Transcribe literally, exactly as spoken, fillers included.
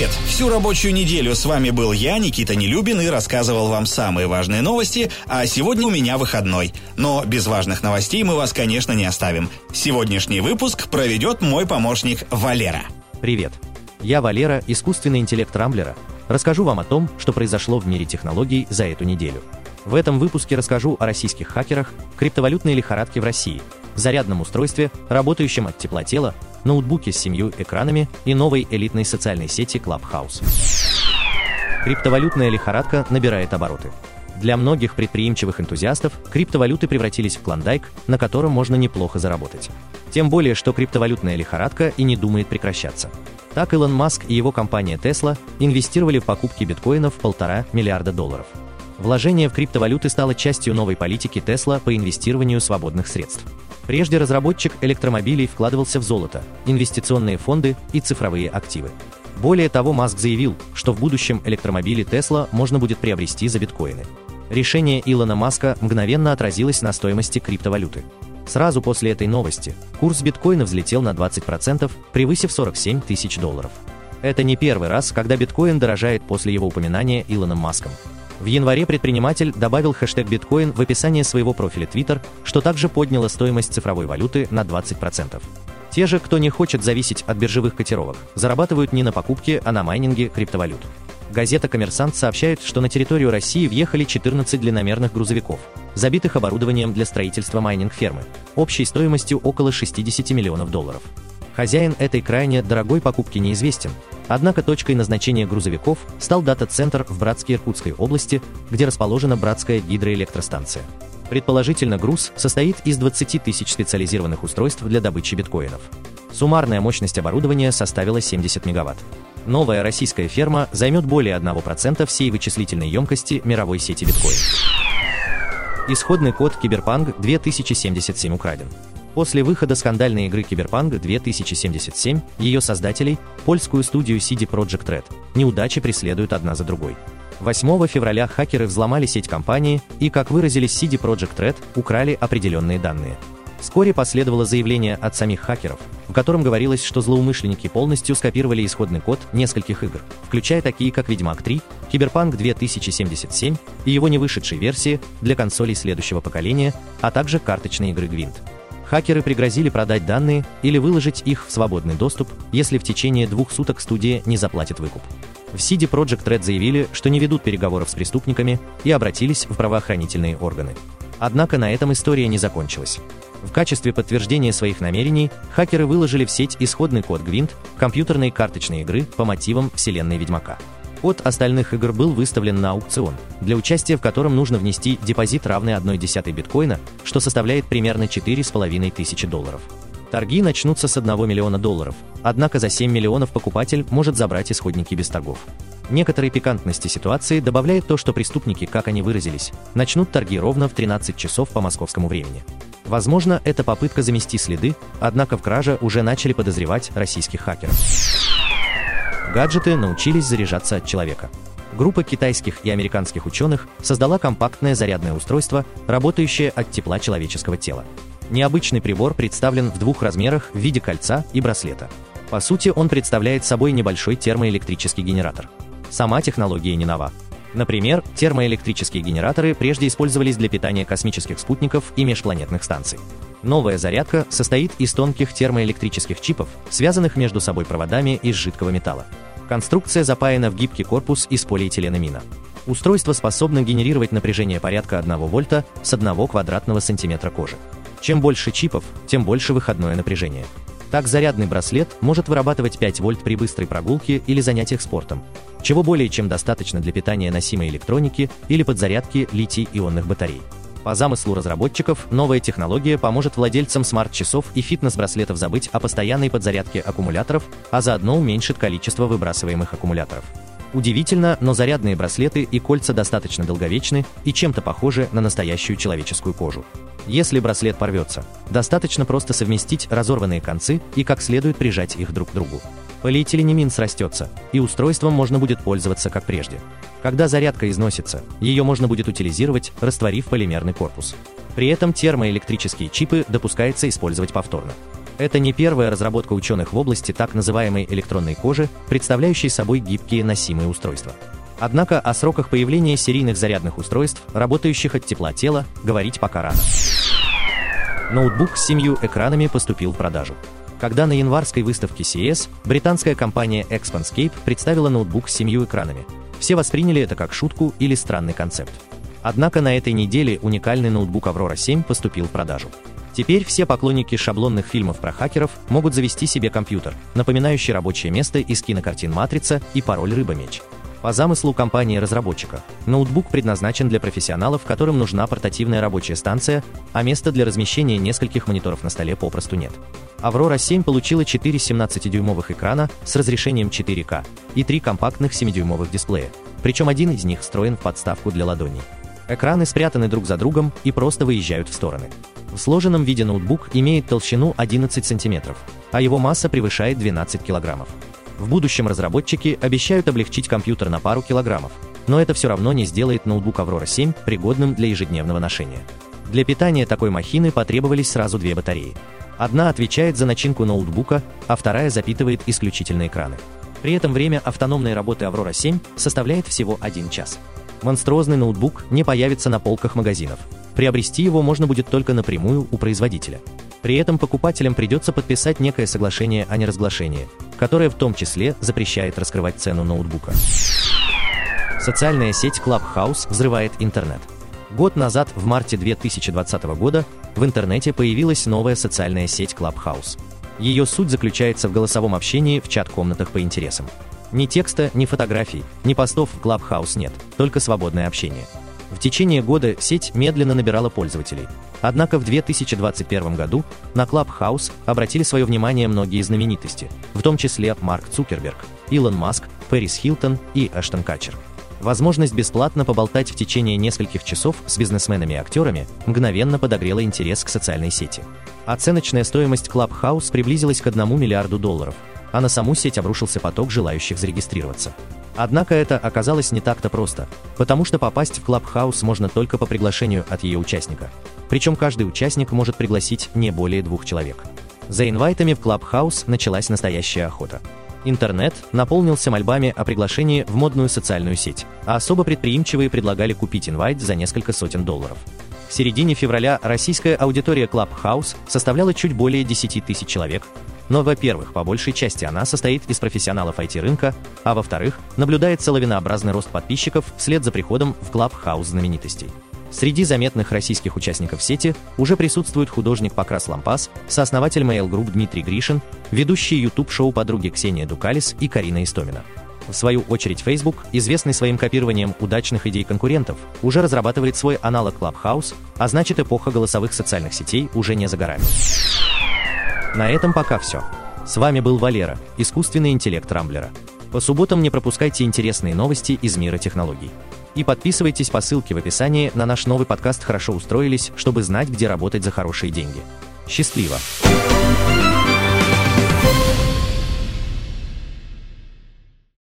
Привет! Всю рабочую неделю с вами был я, Никита Нелюбин, и рассказывал вам самые важные новости, а сегодня у меня выходной. Но без важных новостей мы вас, конечно, не оставим. Сегодняшний выпуск проведет мой помощник Валера. Привет! Я Валера, искусственный интеллект Рамблера. Расскажу вам о том, что произошло в мире технологий за эту неделю. В этом выпуске расскажу о российских хакерах, криптовалютной лихорадке в России, зарядном устройстве, работающем от теплотела, ноутбуке с семью экранами и новой элитной социальной сети Clubhouse. Криптовалютная лихорадка набирает обороты. Для многих предприимчивых энтузиастов криптовалюты превратились в клондайк, на котором можно неплохо заработать. Тем более, что криптовалютная лихорадка и не думает прекращаться. Так Илон Маск и его компания Tesla инвестировали в покупки биткоинов в полтора миллиарда долларов. Вложение в криптовалюты стало частью новой политики Tesla по инвестированию свободных средств. Прежде разработчик электромобилей вкладывался в золото, инвестиционные фонды и цифровые активы. Более того, Маск заявил, что в будущем электромобили Tesla можно будет приобрести за биткоины. Решение Илона Маска мгновенно отразилось на стоимости криптовалюты. Сразу после этой новости курс биткоина взлетел на двадцать процентов, превысив сорок семь тысяч долларов. Это не первый раз, когда биткоин дорожает после его упоминания Илоном Маском. В январе предприниматель добавил хэштег биткоин в описание своего профиля Twitter, что также подняло стоимость цифровой валюты на двадцать процентов. Те же, кто не хочет зависеть от биржевых котировок, зарабатывают не на покупке, а на майнинге криптовалют. Газета «Коммерсант» сообщает, что на территорию России въехали четырнадцать длинномерных грузовиков, забитых оборудованием для строительства майнинг-фермы, общей стоимостью около шестьдесят миллионов долларов. Хозяин этой крайне дорогой покупки неизвестен, однако точкой назначения грузовиков стал дата-центр в Братске Иркутской области, где расположена Братская гидроэлектростанция. Предположительно, груз состоит из двадцати тысяч специализированных устройств для добычи биткоинов. Суммарная мощность оборудования составила семьдесят мегаватт. Новая российская ферма займет более одного процента всей вычислительной емкости мировой сети биткоин. Исходный код Cyberpunk две тысячи семьдесят семь украден. После выхода скандальной игры Cyberpunk две тысячи семьдесят семь, ее создателей, польскую студию си ди Projekt Red, неудачи преследуют одна за другой. восьмого февраля хакеры взломали сеть компании и, как выразились си ди Projekt Red, украли определенные данные. Вскоре последовало заявление от самих хакеров, в котором говорилось, что злоумышленники полностью скопировали исходный код нескольких игр, включая такие как Ведьмак три, Cyberpunk две тысячи семьдесят семь и его невышедшие версии для консолей следующего поколения, а также карточные игры Gwent. Хакеры пригрозили продать данные или выложить их в свободный доступ, если в течение двух суток студия не заплатит выкуп. В си ди Projekt Red заявили, что не ведут переговоров с преступниками и обратились в правоохранительные органы. Однако на этом история не закончилась. В качестве подтверждения своих намерений хакеры выложили в сеть исходный код Gwent, компьютерной карточной игры по мотивам вселенной Ведьмака. Код остальных игр был выставлен на аукцион, для участия в котором нужно внести депозит, равный одной десятой биткоина, что составляет примерно четыре с половиной тысячи долларов. Торги начнутся с одного миллиона долларов, однако за семь миллионов покупатель может забрать исходники без торгов. Некоторой пикантности ситуации добавляет то, что преступники, как они выразились, начнут торги ровно в тринадцать часов по московскому времени. Возможно, это попытка замести следы, однако в краже уже начали подозревать российских хакеров. Гаджеты научились заряжаться от человека. Группа китайских и американских ученых создала компактное зарядное устройство, работающее от тепла человеческого тела. Необычный прибор представлен в двух размерах в виде кольца и браслета. По сути, он представляет собой небольшой термоэлектрический генератор. Сама технология не нова. Например, термоэлектрические генераторы прежде использовались для питания космических спутников и межпланетных станций. Новая зарядка состоит из тонких термоэлектрических чипов, связанных между собой проводами из жидкого металла. Конструкция запаяна в гибкий корпус из полиэтиленамина. Устройство способно генерировать напряжение порядка одного вольта с одного квадратного сантиметра кожи. Чем больше чипов, тем больше выходное напряжение. Так, зарядный браслет может вырабатывать пять вольт при быстрой прогулке или занятиях спортом, чего более чем достаточно для питания носимой электроники или подзарядки литий-ионных батарей. По замыслу разработчиков, новая технология поможет владельцам смарт-часов и фитнес-браслетов забыть о постоянной подзарядке аккумуляторов, а заодно уменьшит количество выбрасываемых аккумуляторов. Удивительно, но зарядные браслеты и кольца достаточно долговечны и чем-то похожи на настоящую человеческую кожу. Если браслет порвется, достаточно просто совместить разорванные концы и как следует прижать их друг к другу. Полиэтиленамин срастется, и устройством можно будет пользоваться как прежде. Когда зарядка износится, ее можно будет утилизировать, растворив полимерный корпус. При этом термоэлектрические чипы допускается использовать повторно. Это не первая разработка ученых в области так называемой электронной кожи, представляющей собой гибкие носимые устройства. Однако о сроках появления серийных зарядных устройств, работающих от тепла тела, говорить пока рано. Ноутбук с семью экранами поступил в продажу. Когда на январской выставке си и эс британская компания Expanscape представила ноутбук с семью экранами, все восприняли это как шутку или странный концепт. Однако на этой неделе уникальный ноутбук Аврора семь поступил в продажу. Теперь все поклонники шаблонных фильмов про хакеров могут завести себе компьютер, напоминающий рабочее место из кинокартин «Матрица» и «Пароль Рыба-меч». По замыслу компании-разработчика, ноутбук предназначен для профессионалов, которым нужна портативная рабочая станция, а места для размещения нескольких мониторов на столе попросту нет. Аврора семь получила четыре семнадцатидюймовых экрана с разрешением четыре ка и три компактных семидюймовых дисплея, причем один из них встроен в подставку для ладоней. Экраны спрятаны друг за другом и просто выезжают в стороны. В сложенном виде ноутбук имеет толщину одиннадцать сантиметров, а его масса превышает двенадцать килограммов. В будущем разработчики обещают облегчить компьютер на пару килограммов, но это все равно не сделает ноутбук Аврора семь пригодным для ежедневного ношения. Для питания такой махины потребовались сразу две батареи. Одна отвечает за начинку ноутбука, а вторая запитывает исключительно экраны. При этом время автономной работы Аврора семь составляет всего один час. Монструозный ноутбук не появится на полках магазинов. Приобрести его можно будет только напрямую у производителя. При этом покупателям придется подписать некое соглашение о неразглашении, которое в том числе запрещает раскрывать цену ноутбука. Социальная сеть Clubhouse взрывает интернет. Год назад, в марте две тысячи двадцатого года, в интернете появилась новая социальная сеть Clubhouse. Ее суть заключается в голосовом общении в чат-комнатах по интересам. Ни текста, ни фотографий, ни постов в Clubhouse нет, только свободное общение. В течение года сеть медленно набирала пользователей. Однако в две тысячи двадцать первом году на Clubhouse обратили свое внимание многие знаменитости, в том числе Марк Цукерберг, Илон Маск, Пэрис Хилтон и Эштон Катчер. Возможность бесплатно поболтать в течение нескольких часов с бизнесменами и актерами мгновенно подогрела интерес к социальной сети. Оценочная стоимость Clubhouse приблизилась к одному миллиарду долларов, а на саму сеть обрушился поток желающих зарегистрироваться. Однако это оказалось не так-то просто, потому что попасть в Clubhouse можно только по приглашению от ее участника. Причем каждый участник может пригласить не более двух человек. За инвайтами в Clubhouse началась настоящая охота. Интернет наполнился мольбами о приглашении в модную социальную сеть, а особо предприимчивые предлагали купить инвайт за несколько сотен долларов. К середине февраля российская аудитория Clubhouse составляла чуть более десяти тысяч человек, но, во-первых, по большей части она состоит из профессионалов ай ти-рынка, а во-вторых, наблюдается лавинообразный рост подписчиков вслед за приходом в Clubhouse знаменитостей. Среди заметных российских участников сети уже присутствует художник Покрас Лампас, сооснователь Mail Group Дмитрий Гришин, ведущие YouTube-шоу подруги Ксения Дукалис и Карина Истомина. В свою очередь Facebook, известный своим копированием удачных идей конкурентов, уже разрабатывает свой аналог Clubhouse, а значит, эпоха голосовых социальных сетей уже не за горами. На этом пока все. С вами был Валера, искусственный интеллект Рамблера. По субботам не пропускайте интересные новости из мира технологий. И подписывайтесь по ссылке в описании на наш новый подкаст «Хорошо устроились», чтобы знать, где работать за хорошие деньги. Счастливо!